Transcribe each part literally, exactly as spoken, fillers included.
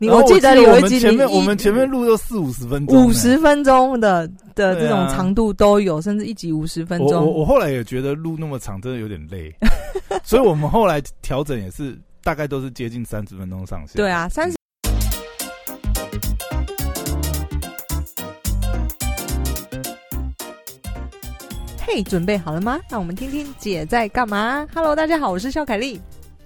你我记得有一集前面我们前面录都四五十分钟， 五十分钟的的这种长度都有，啊、甚至一集五十分钟。 我我我后来也觉得录那么长真的有点累，所以我们后来调整也是大概都是接近三十分钟上下。 对啊，三十。嘿，准备好了吗？那我们听听姐在干嘛。Hello， 大家好，我是肖凯丽。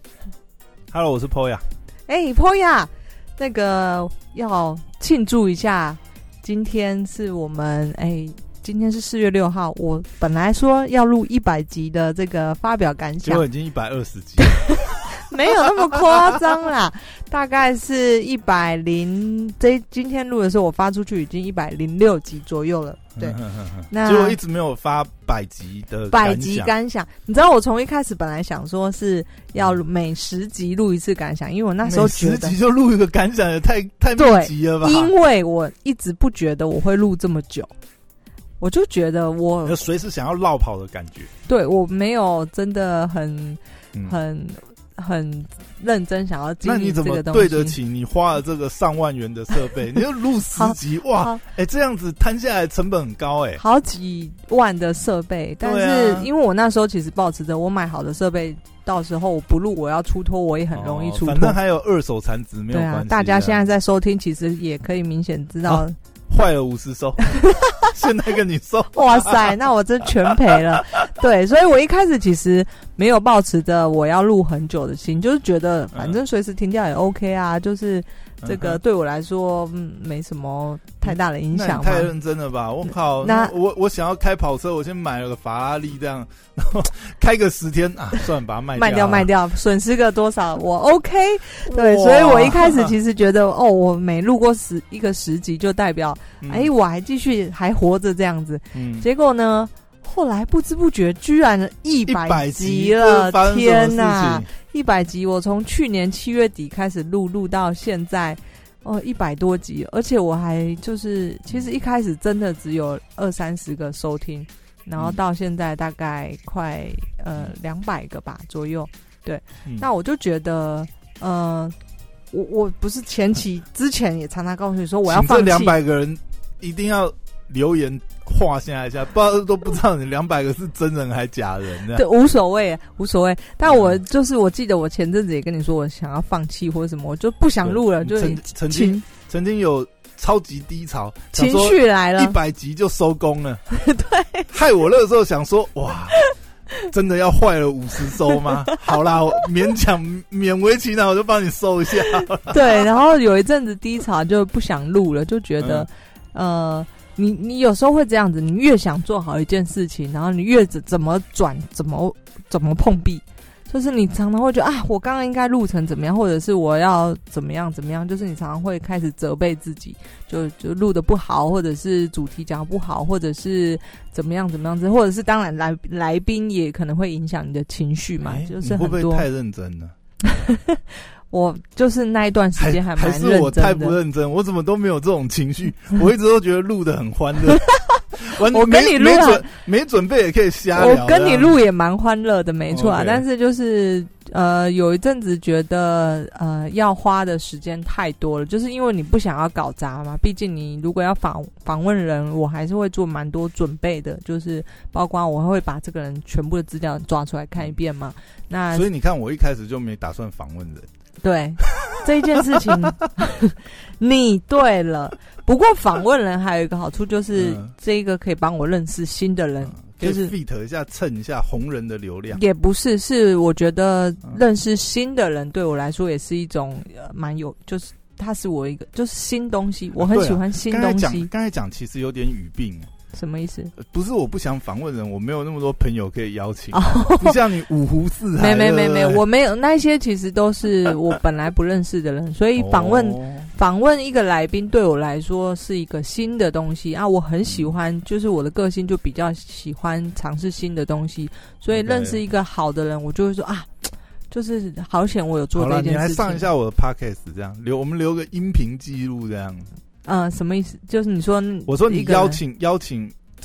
Hello， 我是 Poya。 哎 ，Poya。那个要庆祝一下，今天是我们哎，今天是四月六号。我本来说要录一百集的这个发表感想， 结果已经一百二十集， 没有那么夸张啦，大概是一百零。这今天录的时候，我发出去已经一百零六集左右了。对， 嗯、呵呵呵那结果一直没有发百集的感想百集感想。你知道我从一开始本来想说是要每十集录一次感想，因为我那时候觉得每十集就录一个感想也太太密集了吧？ 因为我一直不觉得我会录这么久，我就觉得我随时想要落跑的感觉。 对，我没有真的很、 嗯、 很。很认真想要经营这个东西， 那你怎么对得起你花了这个上万元的设备？你就录十集哇！哎、欸，这样子摊下来成本很高哎、欸， 好几万的设备。但是因为我那时候其实抱持着我买好的设备，到时候我不录我要出脱，我也很容易出脱、哦。 反正还有二手残值没有关系、 啊。大家现在在收听，其实也可以明显知道。啊坏了五十收，现在跟你收， 哇塞，那我真全赔了。对，所以我一开始其实没有抱持着我要录很久的心，就是觉得反正随时停掉也 OK 啊，就是这个对我来说、嗯、没什么太大的影响嘛。 太认真了吧！我靠，那我我想要开跑车，我先买了个法拉利这样，然后开个十天啊，算了，把它卖掉卖掉卖掉，损失个多少我 OK。对，所以我一开始其实觉得哦，我每录过十一个十集就代表。哎、嗯，我还继续还活着这样子，嗯，结果呢，后来不知不觉居然一百集了，天哪！一百集，我从去年七月底开始录，录到现在，哦，一百多集，而且我还就是，其实一开始真的只有二三十个收听，然后到现在大概快呃两百个吧左右，对，嗯、那我就觉得，呃。我我不是前期之前也常常告诉你说我要放弃， 这两百个人一定要留言画下一下，不知道都不知道你两百个是真人还假人， 对，无所谓，无所谓。但我就是我记得我前阵子也跟你说我想要放弃或者什么，我就不想录了，就曾曾经曾经有超级低潮， 情绪来了， 一百集就收工了， 对， 害我那个时候想说哇。真的要坏了五十收吗？好啦，我勉强勉为其难，我就帮你收一下。 对，然后有一阵子低潮就不想录了，就觉得，嗯、呃，你你有时候会这样子，你越想做好一件事情，然后你越怎么转，怎么怎么碰壁，就是你常常会觉得啊，我刚刚应该录成怎么样，或者是我要怎么样怎么样，就是你常常会开始责备自己，就就录得不好，或者是主题讲不好，或者是怎么样怎么样子，或者是当然来来宾也可能会影响你的情绪嘛，欸、就是很多。 你会不会太认真了？ 我就是那一段时间还蛮认真的， 还是我太不认真，我怎么都没有这种情绪，我一直都觉得录得很欢乐。 我跟你录没准没准备也可以瞎聊。 我跟你录也蛮欢乐的，没错啊。Okay. 但是就是呃，有一阵子觉得呃，要花的时间太多了，就是因为你不想要搞砸嘛。毕竟你如果要访访问人，我还是会做蛮多准备的，就是包括我会把这个人全部的资料抓出来看一遍嘛。那所以你看，我一开始就没打算访问人。 对这一件事情，你对了。不过访问人还有一个好处，就是、嗯、这个可以帮我认识新的人，嗯、就是 fit 一下蹭一下红人的流量。 也不是，是我觉得认识新的人对我来说也是一种蛮、呃、有，就是它是我一个就是新东西，我很喜欢新东西。 刚才讲其实有点语病。 什么意思？ 不是我不想访问人，我没有那么多朋友可以邀请，哦、不像你五湖四海。 没没没没，我没有那些，其实都是我本来不认识的人，所以访问访、哦、问一个来宾对我来说是一个新的东西啊，我很喜欢，就是我的个性就比较喜欢尝试新的东西，所以认识一个好的人，我就会说啊。就是好险我有做这件事情。 好了，你来上一下我的 podcast， 这样留我们留个音频记录这样。 嗯，什么意思？就是你说， 我说你邀请邀请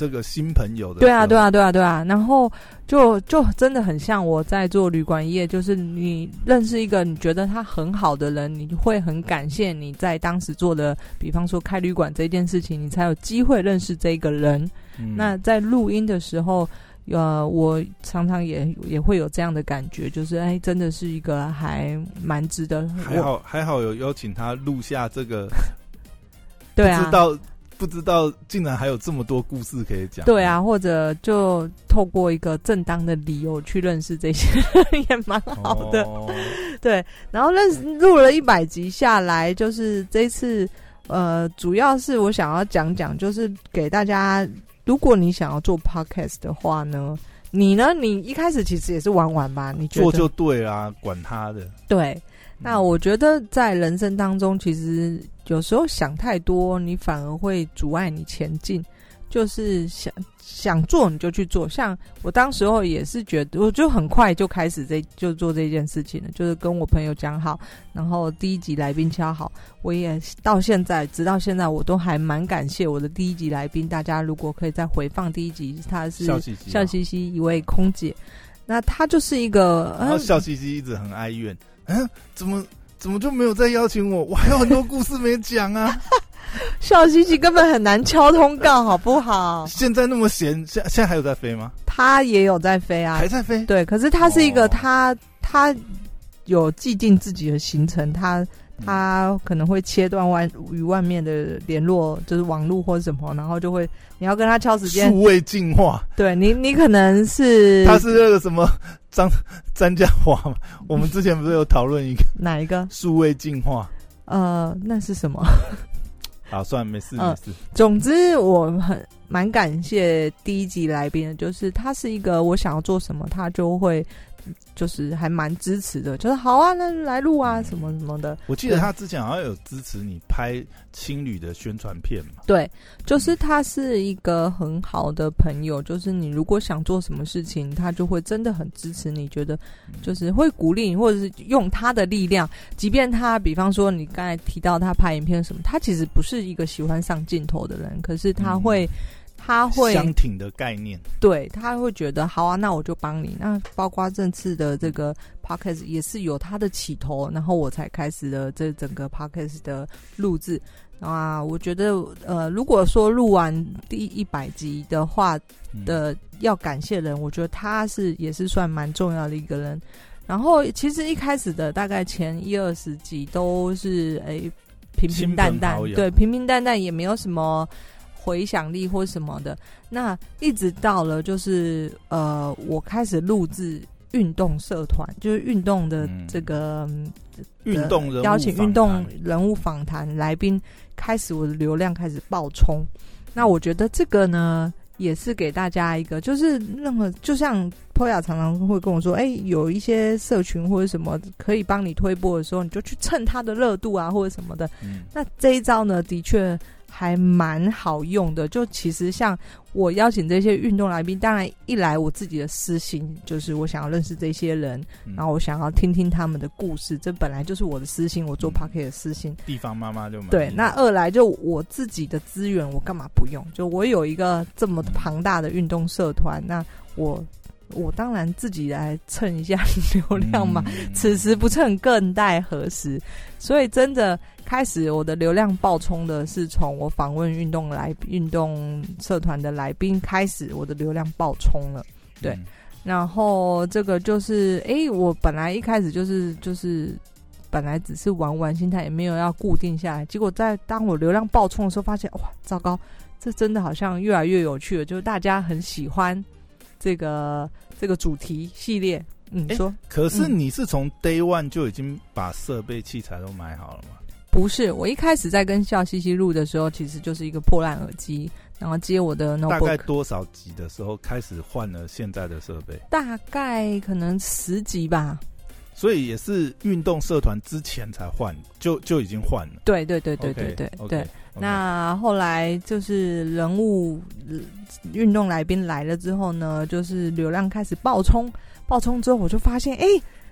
这个新朋友的。 对啊，对啊，对啊，对啊。然后就就真的很像我在做旅馆业，就是你认识一个你觉得他很好的人，你会很感谢你在当时做的，比方说开旅馆这件事情，你才有机会认识这个人。嗯、那在录音的时候。呃，我常常也也会有这样的感觉，就是哎，真的是一个还蛮值得。 还好还好有邀请他录下这个， 对啊， 不知道不知道竟然还有这么多故事可以讲。 对啊，或者就透过一个正当的理由去认识这些人，也蛮好的。哦、对，然后认识录了一百集下来，就是这一次呃，主要是我想要讲讲，就是给大家。如果你想要做 podcast 的话呢，你呢？你一开始其实也是玩玩吧？你觉得做就对啦，管他的。 对，那我觉得在人生当中，其实有时候想太多，你反而会阻碍你前进。就是想想做你就去做，像我当时候也是觉得，我就很快就开始这就做这件事情了，就是跟我朋友讲好，然后第一集来宾敲好，我也到现在直到现在我都还蛮感谢我的第一集来宾，大家如果可以再回放第一集，他是笑嘻嘻、 笑嘻嘻一位空姐，那他就是一个， 然后笑嘻嘻一直很哀怨，嗯，怎么怎么就没有再邀请我？我还有很多故事没讲啊。 笑嘻嘻根本很难敲通告，好不好？ 现在那么闲，现现在还有在飞吗？ 他也有在飞啊， 还在飞。 对，可是他是一个、哦、他他有既定自己的行程，他他可能会切断外与外面的联络，就是网络或者什么，然后就会你要跟他敲时间。 数位进化， 对你你可能是他是那个什么张张家华嘛？我们之前不是有讨论一个哪一个数位进化？ 呃，那是什么？ 好，算了，没事、呃、没事。 总之，我很蛮感谢第一集来宾的，就是他是一个我想要做什么，他就会就是还蛮支持的，就是好啊，那来录啊，什么什么的。 我记得他之前好像有支持你拍青旅的宣传片嘛。 对，就是他是一个很好的朋友，就是你如果想做什么事情，他就会真的很支持你，觉得就是会鼓励你，或者是用他的力量，即便他比方说你刚才提到他拍影片什么，他其实不是一个喜欢上镜头的人，可是他会、嗯、他会相挺的概念， 对，他会觉得好啊，那我就帮你。那包括这次的这个 podcast 也是有他的起头，然后我才开始了这整个 podcast 的录制啊。我觉得呃，如果说录完第一百集的话的要感谢人，我觉得他是也是算蛮重要的一个人。然后其实一开始的大概前一二十集都是诶平平淡淡，对，平平淡淡，也没有什么回响力或什么的。那一直到了就是呃，我开始录制运动社团，就是运动的这个运动、嗯、 邀请运动人物访谈来宾，开始我的流量开始爆冲。那我觉得这个呢，也是给大家一个，就是任何就像 Poya 常常会跟我说，哎、欸，有一些社群或者什么可以帮你推播的时候，你就去蹭它的热度啊，或者什么的。嗯、那这一招呢，的确还蛮好用的。就其实像我邀请这些运动来宾，当然一来我自己的私心就是我想要认识这些人，嗯、然后我想要听听他们的故事，这本来就是我的私心，我做 Podcast 的私心。 地方妈妈就对，那二来就我自己的资源，我干嘛不用？就我有一个这么庞大的运动社团，那我。我当然自己来蹭一下流量嘛，嗯、此时不蹭更待何时？所以真的开始我的流量爆冲的是从我访问运动来运动社团的来宾开始，我的流量爆冲了。对，嗯、然后这个就是哎，我本来一开始就是就是本来只是玩玩心态，也没有要固定下来。结果在当我流量爆冲的时候，发现哇，糟糕，这真的好像越来越有趣了，就是大家很喜欢。这个这个主题系列，嗯，欸、说， 可是你是从 day one 就已经把设备器材都买好了吗？ 不是，我一开始在跟笑嘻嘻录的时候，其实就是一个破烂耳机，然后接我的 notebook。大概多少集的时候开始换了现在的设备？ 大概可能十集吧。 所以也是运动社团之前才换，就就已经换了。 对对对对对对 okay, 对。Okay, okay. 那后来就是人物运动来宾来了之后呢，就是流量开始爆冲，爆冲之后我就发现，哎、欸，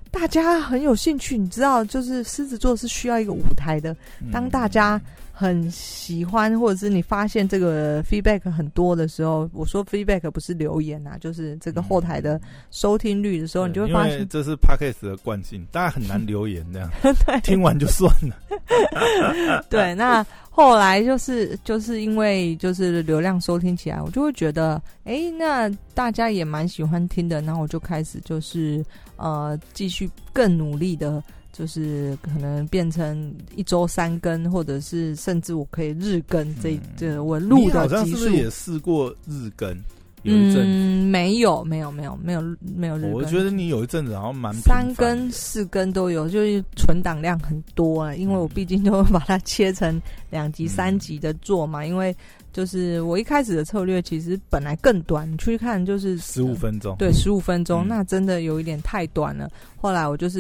大家很有兴趣，你知道，就是狮子座是需要一个舞台的。当大家很喜欢，或者是你发现这个 feedback 很多的时候，我说 feedback 不是留言啊，就是这个后台的收听率的时候，你就会发现， 因为这是 podcast 的惯性，大家很难留言这样，听完就算了。 对，那后来就是就是因为就是流量收听起来，我就会觉得，哎、欸，那大家也蛮喜欢听的，然后我就开始就是呃继续更努力的。就是可能变成一周三更，或者是甚至我可以日更这。这、嗯、这我录的集数，你好像是不是也试过日更？有一阵嗯，没有，没有，没有，没有，没有日更。 我觉得你有一阵子好像蛮三更、四更都有，就是存档量很多啊。因为我毕竟就把它切成两集、三集的做嘛。嗯、因为就是我一开始的策略其实本来更短，你去看就是十五分钟， 对，十五分钟、嗯，那真的有一点太短了。后来我就是。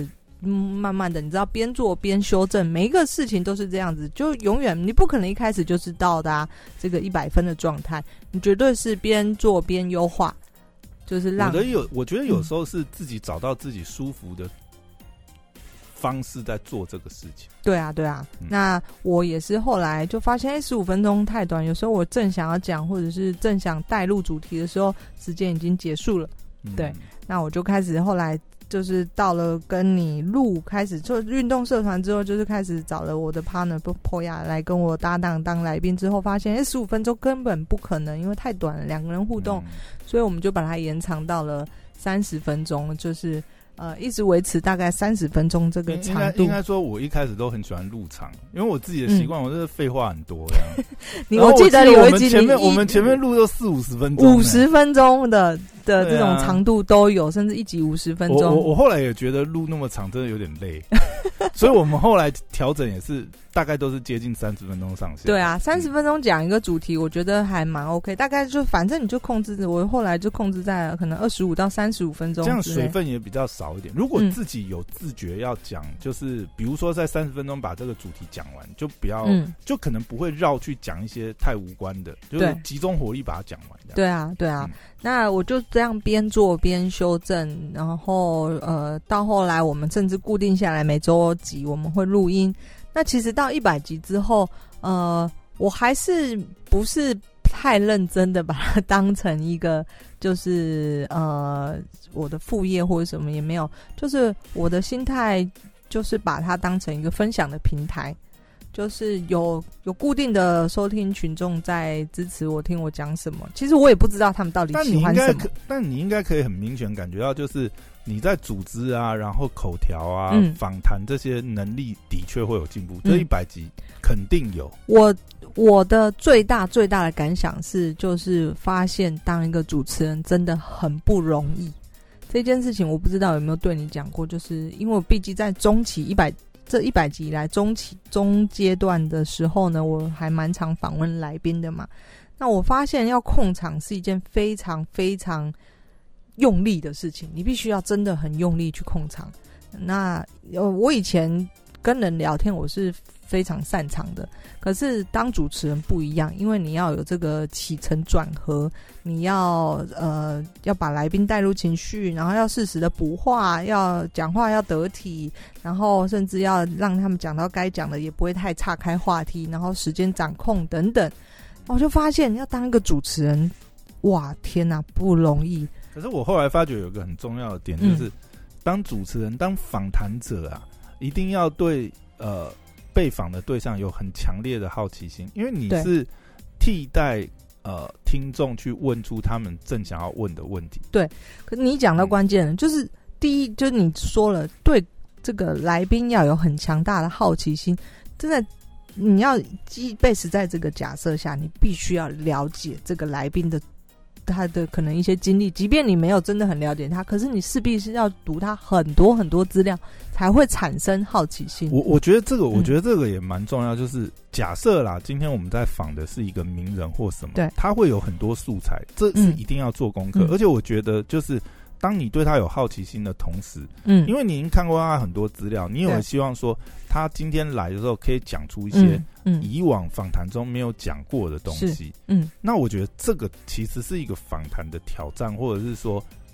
嗯，慢慢的，你知道，边做边修正，每一个事情都是这样子，就永远你不可能一开始就是到达这个一百分的状态，你绝对是边做边优化，就是让。 我的有，我觉得有时候是自己找到自己舒服的方式在做这个事情。 对啊，对啊。嗯、那我也是后来就发现，哎，十五分钟太短，有时候我正想要讲，或者是正想带入主题的时候，时间已经结束了。嗯、对，那我就开始后来。就是到了跟你录开始做运动社团之后，就是开始找了我的 partner Poya 来跟我搭档当来宾之后，发现哎，十五分钟根本不可能，因为太短了，两个人互动、嗯，所以我们就把它延长到了三十分钟，就是呃一直维持大概三十分钟这个长度。 应该说，我一开始都很喜欢入场，因为我自己的习惯、嗯，我就是废话很多这样。 你我记得有一集前面我们前面录都四五十分钟， 五十分钟的。的这种长度都有，甚至一集五十分钟。 我我后来也觉得录那么长真的有点累，所以我们后来调整也是大概都是接近三十分钟上线。 对啊，三十分钟讲一个主题，我觉得还蛮 OK。大概就反正你就控制，我后来就控制在可能二十五到三十五分钟， 这样水分也比较少一点。如果自己有自觉要讲、嗯，就是比如说在三十分钟把这个主题讲完，就不要、嗯，就可能不会绕去讲一些太无关的，就是集中火力把它讲完。 对啊，对啊、嗯，那我就这样边做边修正，然后呃，到后来我们甚至固定下来每周集我们会录音。那其实到一百集之后，呃，我还是不是太认真的把它当成一个就是呃我的副业或者什么也没有，就是我的心态就是把它当成一个分享的平台。就是有有固定的收听群众在支持我听我讲什么，其实我也不知道他们到底喜欢什么。 但你应该可以很明显感觉到，就是你在组织啊，然后口条啊、嗯、访谈这些能力的确会有进步。这一百集肯定有。 我我的最大最大的感想是，就是发现当一个主持人真的很不容易。这件事情我不知道有没有对你讲过，就是因为我毕竟在中期一百。这一百集以来中期中阶段的时候呢，我还蛮常访问来宾的嘛。那我发现要控场是一件非常非常用力的事情，你必须要真的很用力去控场。那我以前跟人聊天我是非常擅长的，可是当主持人不一样，因为你要有这个起承转合，你要呃要把来宾带入情绪，然后要适时的补话，要讲话要得体，然后甚至要让他们讲到该讲的，也不会太岔开话题，然后时间掌控等等。我就发现要当一个主持人，哇天哪，不容易。 可是我后来发觉有一个很重要的点，就是、嗯、当主持人当访谈者啊，一定要对呃被访的对象有很强烈的好奇心，因为你是替代呃听众去问出他们正想要问的问题。对， 可是你讲到关键了、嗯，就是第一，就是你说了，对这个来宾要有很强大的好奇心，真的。你要基 base 在这个假设下，你必须要了解这个来宾的他的可能一些经历，即便你没有真的很了解他，可是你势必是要读他很多很多资料，才会产生好奇心。 我我觉得这个，我觉得这个也蛮重要、嗯。就是假设啦，今天我们在访的是一个名人或什么，对，他会有很多素材，这是一定要做功课、嗯。而且我觉得就是。当你对他有好奇心的同时，嗯，因为你已经看过他很多资料，你有希望说他今天来的时候可以讲出一些以往访谈中没有讲过的东西，嗯，那我觉得这个其实是一个访谈的挑战，或者是说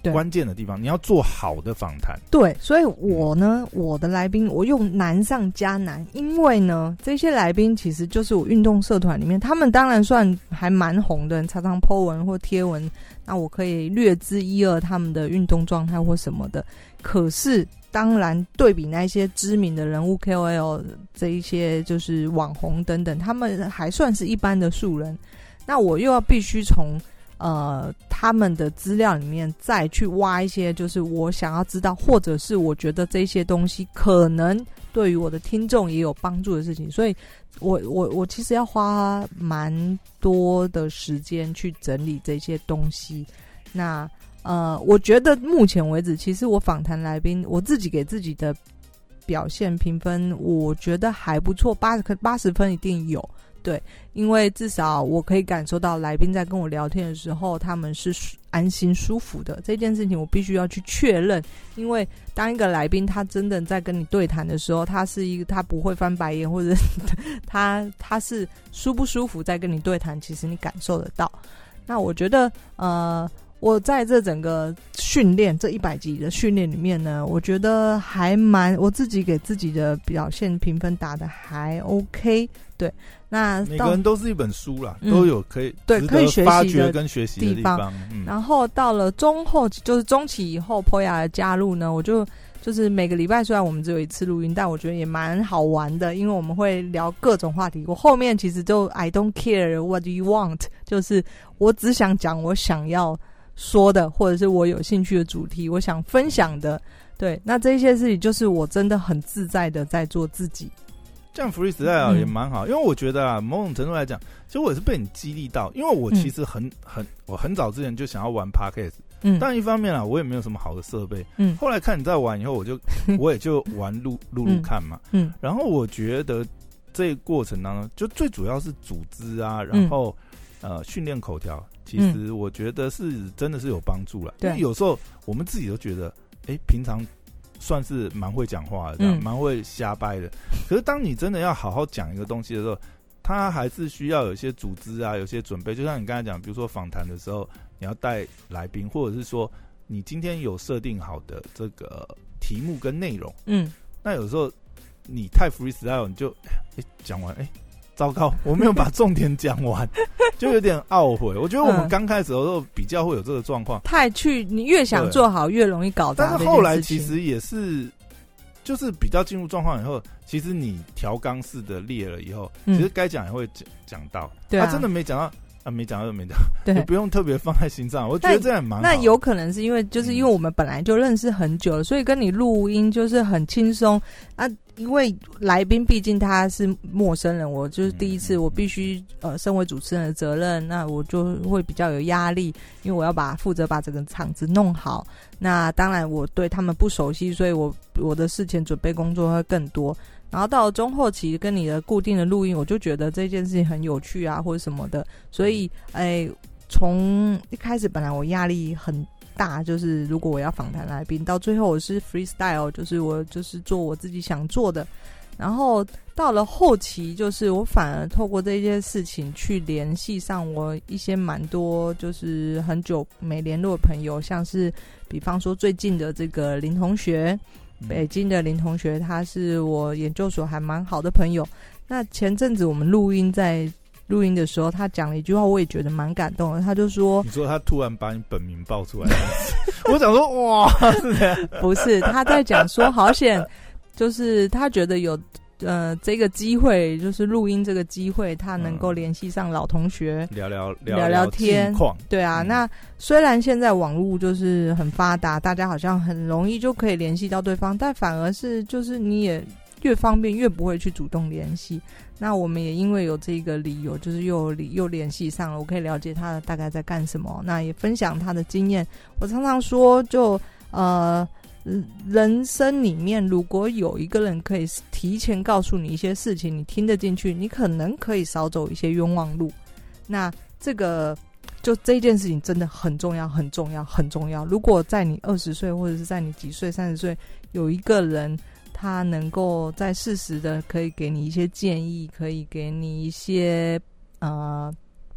关键的地方，你要做好的访谈。 对，所以我呢，我的来宾我用难上加难，因为呢，这些来宾其实就是我运动社团里面，他们当然算还蛮红的，常常 po 文或贴文，那我可以略知一二他们的运动状态或什么的。可是当然对比那些知名的人物 K O L 这一些就是网红等等，他们还算是一般的素人，那我又要必须从呃，他们的资料里面再去挖一些，就是我想要知道，或者是我觉得这些东西可能对于我的听众也有帮助的事情，所以我我我其实要花蛮多的时间去整理这些东西。那呃，我觉得目前为止，其实我访谈来宾，我自己给自己的表现评分，我觉得还不错，八十八十分一定有。对，因为至少我可以感受到来宾在跟我聊天的时候，他们是安心舒服的。这件事情我必须要去确认，因为当一个来宾他真的在跟你对谈的时候，他是一个他不会翻白眼，或者他他是舒不舒服在跟你对谈，其实你感受得到。那我觉得呃。我在这整个训练这一百集的训练里面呢，我觉得还蛮我自己给自己的表现评分打得还 OK。 对，那每个人都是一本书啦、嗯、都有可以对可以学习的跟学习的地方, 地方、 嗯、然后到了中后就是中期以后 Poya 的加入呢，我就就是每个礼拜虽然我们只有一次录音，但我觉得也蛮好玩的，因为我们会聊各种话题。我后面其实就 I don't care what you want， 就是我只想讲我想要说的，或者是我有兴趣的主题，我想分享的。对，那这些事情就是我真的很自在的在做自己。 这样 freestyle 也蛮好、嗯、因为我觉得啊，某种程度来讲，其实我也是被你激励到，因为我其实很、嗯、很我很早之前就想要玩 podcast， 嗯，但一方面啊，我也没有什么好的设备，嗯，后来看你在玩以后，我就我也就玩录录录看嘛，嗯，然后我觉得这个过程当中，就最主要是组织啊，然后、嗯、呃训练口条。其实我觉得是真的是有帮助了、嗯，因为有时候我们自己都觉得，哎、欸，平常算是蛮会讲话的，这样蛮、嗯、会瞎掰的。可是当你真的要好好讲一个东西的时候，它还是需要有一些组织啊，有些准备。就像你刚才讲，比如说访谈的时候，你要带来宾，或者是说你今天有设定好的这个题目跟内容，嗯，那有时候你太 freestyle， 你就哎讲、欸、完，哎、欸。糟糕，我没有把重点讲完，就有点懊悔。我觉得我们刚开始的时候比较会有这个状况、嗯，太去你越想做好越容易搞砸。但是后来其实也是，就是比较进入状况以后，其实你调纲式的列了以后，嗯、其实该讲也会讲到。对啊，他真的没讲到。啊，没讲到就没讲，对，也不用特别放在心上。我觉得这样蛮好。那有可能是因为，就是因为我们本来就认识很久了，嗯、所以跟你录音就是很轻松啊。因为来宾毕竟他是陌生人，我就是第一次，我必须呃，身为主持人的责任，那我就会比较有压力，因为我要把负责把整个场子弄好。那当然我对他们不熟悉，所以我我的事前准备工作会更多。然后到了中后期跟你的固定的录音，我就觉得这件事情很有趣啊，或者什么的，所以哎，从一开始本来我压力很大，就是如果我要访谈来宾，到最后我是 freestyle， 就是我就是做我自己想做的。然后到了后期，就是我反而透过这件事情去联系上我一些蛮多就是很久没联络的朋友，像是比方说最近的这个林同学。北京的林同学，他是我研究所还蛮好的朋友。那前阵子我们录音，在录音的时候，他讲了一句话，我也觉得蛮感动的。他就说：“你说他突然把你本名报出来，我想说，哇，是这样？不是，他在讲说，好险，就是他觉得有。”呃，这个机会就是录音这个机会，他能够联系上老同学，嗯、聊聊聊聊天。对啊、嗯，那虽然现在网络就是很发达，大家好像很容易就可以联系到对方，但反而是就是你也越方便越不会去主动联系。那我们也因为有这个理由，就是又又联系上了，我可以了解他大概在干什么，那也分享他的经验。我常常说就，就呃。人生里面如果有一个人可以提前告诉你一些事情，你听得进去，你可能可以少走一些冤枉路。那这个就这件事情真的很重要很重要很重要。如果在你二十岁或者是在你几岁三十岁有一个人他能够在适时的可以给你一些建议，可以给你一些呃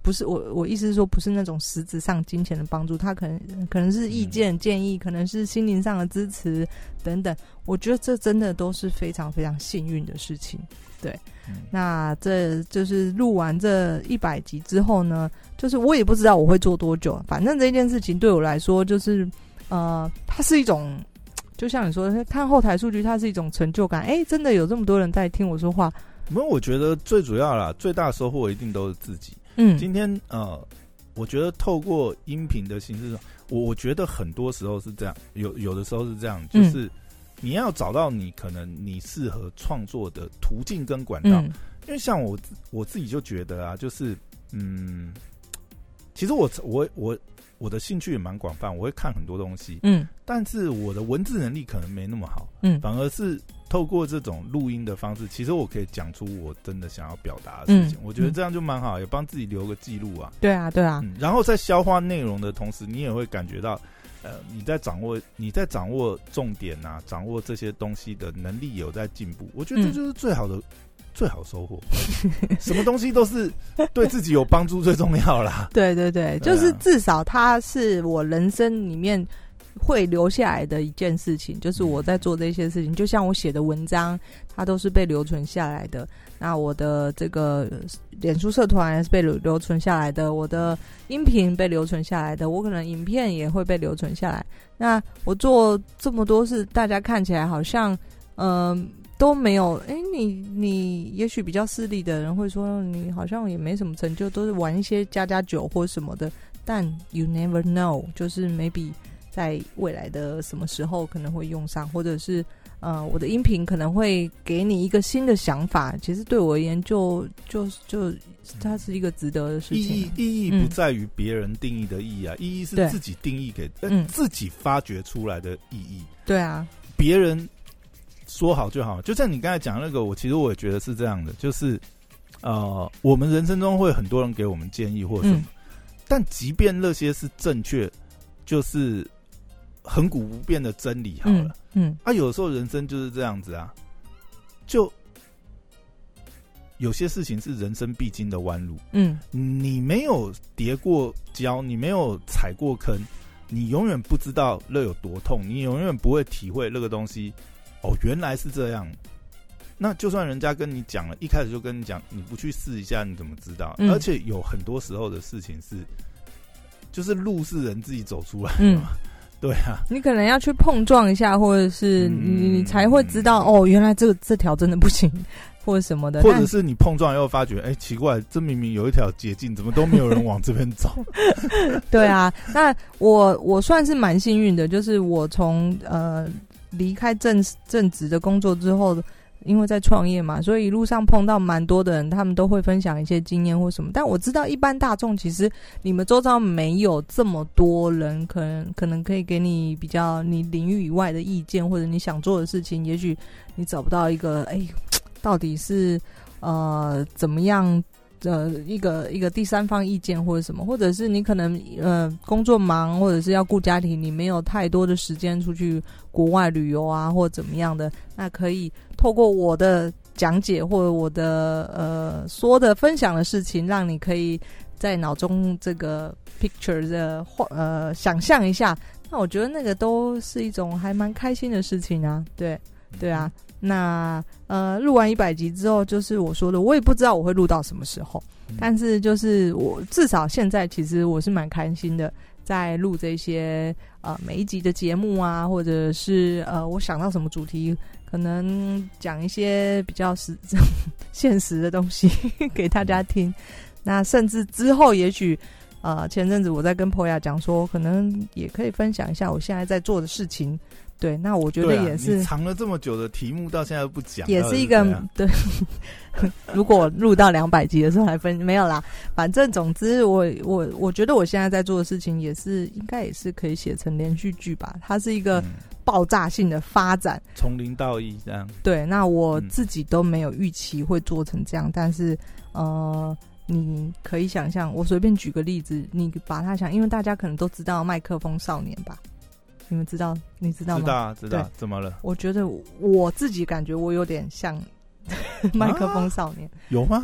不是我我意思是说，不是那种实质上金钱的帮助，他可能可能是意见、嗯、建议，可能是心灵上的支持等等。我觉得这真的都是非常非常幸运的事情。对，嗯、那这就是录完这一百集之后呢，就是我也不知道我会做多久，反正这件事情对我来说，就是呃，它是一种。就像你说的，看后台数据，它是一种成就感。哎、欸，真的有这么多人在听我说话。 没有，我觉得最主要啦，最大的收获一定都是自己。 嗯， 今天呃，我觉得透过音频的形式，我我觉得很多时候是这样，有有的时候是这样，就是你要找到你可能你适合创作的途径跟管道。嗯、因为像我我自己就觉得啊，就是嗯，其实我我我。我的兴趣也蛮广泛，我会看很多东西， 嗯， 但是我的文字能力可能没那么好， 嗯， 反而是透过这种录音的方式，其实我可以讲出我真的想要表达的事情，嗯、我觉得这样就蛮好，也帮自己留个记录啊。 对啊，对啊、 嗯，然后在消化内容的同时，你也会感觉到，呃，你在掌握你在掌握重点啊，掌握这些东西的能力有在进步，我觉得这就是最好的。嗯最好收获，什么东西都是对自己有帮助最重要啦。 对对对，就是至少它是我人生里面会留下来的一件事情，就是我在做这些事情，就像我写的文章，它都是被留存下来的。那我的这个脸书社团是被留存下来的，我的音频被留存下来的，我可能影片也会被留存下来。那我做这么多事，大家看起来好像嗯。呃都没有，哎，你你也许比较势利的人会说，你好像也没什么成就，都是玩一些加加酒或什么的。但 you never know， 就是 maybe 在未来的什么时候可能会用上，或者是呃，我的音频可能会给你一个新的想法。其实对我而言就，就就就它是一个值得的事情。 意义意义不在于别人定义的意义啊，嗯、意义是自己定义给、呃嗯、自己发掘出来的意义。 对啊， 别人。说好就好，就像你刚才讲那个，我其实我也觉得是这样的，就是呃，我们人生中会很多人给我们建议或什么，嗯、但即便那些是正确，就是亘古不变的真理好了， 嗯，嗯啊，有的时候人生就是这样子啊，就有些事情是人生必经的弯路， 嗯， 你没有跌过跤，你没有踩过坑，你永远不知道那有多痛，你永远不会体会那个东西。哦，原来是这样。那就算人家跟你讲了，一开始就跟你讲，你不去试一下，你怎么知道？嗯、而且有很多时候的事情是，就是路是人自己走出来的嘛。嗯、对啊， 你可能要去碰撞一下，或者是你、嗯、你才会知道，哦，原来这个这条真的不行，或者什么的。 或者是你碰撞又发觉，哎、欸，奇怪，这明明有一条捷径，怎么都没有人往这边走？ 对啊，那我我算是蛮幸运的，就是我从呃。离开正正职的工作之后，因为在创业嘛，所以一路上碰到蛮多的人，他们都会分享一些经验或什么。但我知道一般大众其实你们周遭没有这么多人，可能可能可以给你比较你领域以外的意见，或者你想做的事情，也许你找不到一个，哎，到底是呃怎么样？呃，一个一个第三方意见或者什么，或者是你可能呃工作忙，或者是要顾家庭，你没有太多的时间出去国外旅游啊，或怎么样的，那可以透过我的讲解或者我的呃说的分享的事情，让你可以在脑中这个 picture 的呃想象一下，那我觉得那个都是一种还蛮开心的事情啊，对对啊。那呃，录完一百集之后，就是我说的，我也不知道我会录到什么时候，嗯、但是就是我至少现在其实我是蛮开心的，在录这些呃每一集的节目啊，或者是呃我想到什么主题，可能讲一些比较实现实的东西给大家听。那甚至之后也许呃前阵子我在跟 Poya 讲说，可能也可以分享一下我现在在做的事情。对，那我觉得也是。 啊、你藏了这么久的题目，到现在都不讲， 也是一个对。如果录到两百集的时候还分没有啦，反正总之我我我觉得我现在在做的事情也是应该也是可以写成连续剧吧。它是一个爆炸性的发展， 从、嗯、零到一这样。 对，那我自己都没有预期会做成这样，嗯、但是呃。你可以想象，我随便举个例子，你把它想，因为大家可能都知道麦克风少年吧。你们知道？你知道吗？ 知道啊，知道。怎么了？ 我觉得我自己感觉我有点像麦克风少年、啊。 有吗？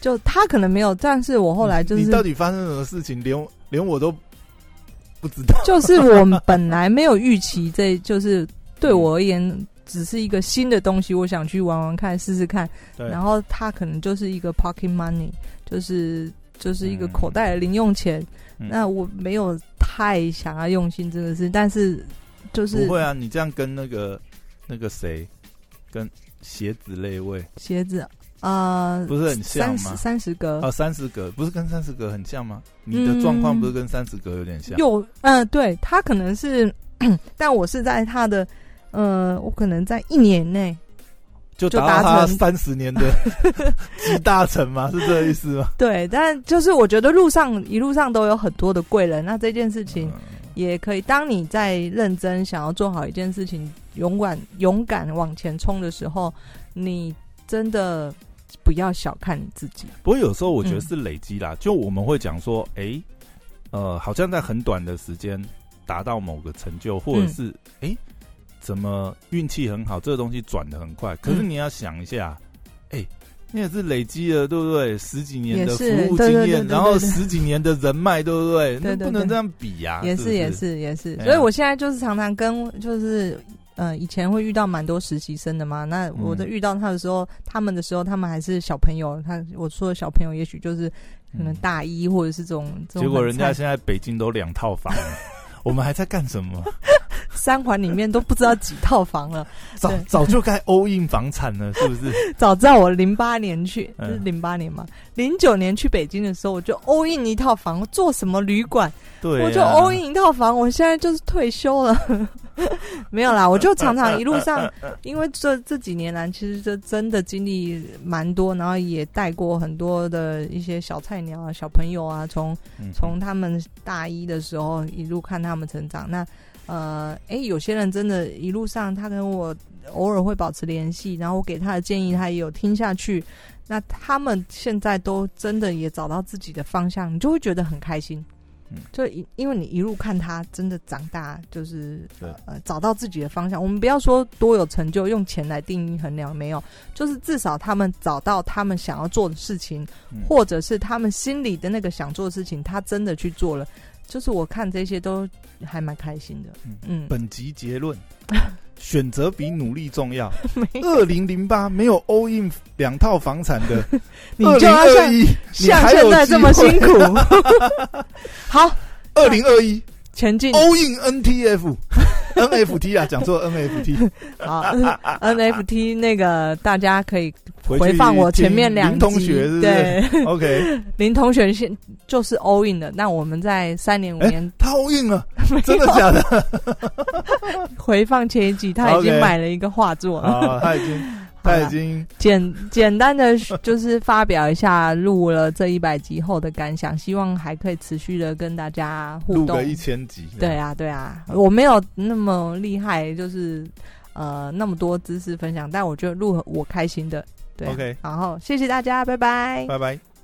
就他可能没有，但是我后来就是你到底发生什么事情，连连我都不知道。 就是我们本来没有预期，这就是对我而言只是一个新的东西，我想去玩玩看，试试看。然后它可能就是一个 pocket money， 就是就是一个口袋的零用钱。嗯、那我没有太想要用心这个事，但是就是不会啊，你这样跟那个那个谁，跟鞋子类位鞋子。呃， 不是很像吗？ 三十格哦，三十格不是跟三十格很像吗？你的状况不是跟三十格有点像？ 有，嗯、呃，对，他可能是，但我是在他的，呃，我可能在一年内就达到他三十年的集大成吗？是这个意思吗？ 对，但就是我觉得路上一路上都有很多的贵人，那这件事情也可以，当你在认真想要做好一件事情，勇敢勇敢往前冲的时候，你真的。不要小看你自己。 不过有时候我觉得是累积啦，嗯、就我们会讲说，哎、欸，呃，好像在很短的时间达到某个成就，或者是哎、嗯欸，怎么运气很好，这个东西转得很快。可是你要想一下，哎、欸，你也是累积了，对不对？十几年的服务经验，然后十几年的人脉，对不对？ 对对对， 那不能这样比呀、啊。 也是也是也是，所以我现在就是常常跟就是。呃，以前会遇到蛮多实习生的嘛，那我在遇到他的时候，嗯、他们的时候，他们还是小朋友。他我说的小朋友，也许就是可能大一或者是这种。嗯、这种结果人家现在北京都两套房了，我们还在干什么？ 三环里面都不知道几套房了， 早早就该 all in 房产了，是不是？ 早知道我零八年去，嗯、是零八年嘛，零九年去北京的时候，我就 all in 一套房，我做什么旅馆？ 对、啊， 我就 all in 一套房，我现在就是退休了。没有啦，我就常常一路上，因为这这几年来，其实这真的经历蛮多，然后也带过很多的一些小菜鸟啊、小朋友啊，从从他们大一的时候一路看他们成长。那呃，哎，有些人真的一路上，他跟我偶尔会保持联系，然后我给他的建议，他也有听下去。那他们现在都真的也找到自己的方向，你就会觉得很开心。嗯，就因为你一路看他真的长大，就是呃找到自己的方向。我们不要说多有成就，用钱来定义衡量没有，就是至少他们找到他们想要做的事情，嗯、或者是他们心里的那个想做的事情，他真的去做了。就是我看这些都还蛮开心的。嗯，嗯本集结论。选择比努力重要。二零零八没有 all in 两套房产的， 你就要像像现在这么辛苦。好， 二零二一前进 all in N T F N F T 啊，讲错 N F T。 好 ，N F T 那个大家可以回放我前面两集。 林同学是不是？ 对 ，OK。 林同学现就是 all in 的，那我们在三年五年， 欸、他 all in 了，真的假的？ 回放前一集，他已经买了一个画作了。 啊，他已经。他已经简简单的就是发表一下录了这一百集后的感想，希望还可以持续的跟大家互动。 录个一千集。 对啊，对啊，我没有那么厉害，就是呃那么多知识分享，但我觉得录我开心的。对、啊、 ，OK。 然后谢谢大家，拜拜， 拜拜。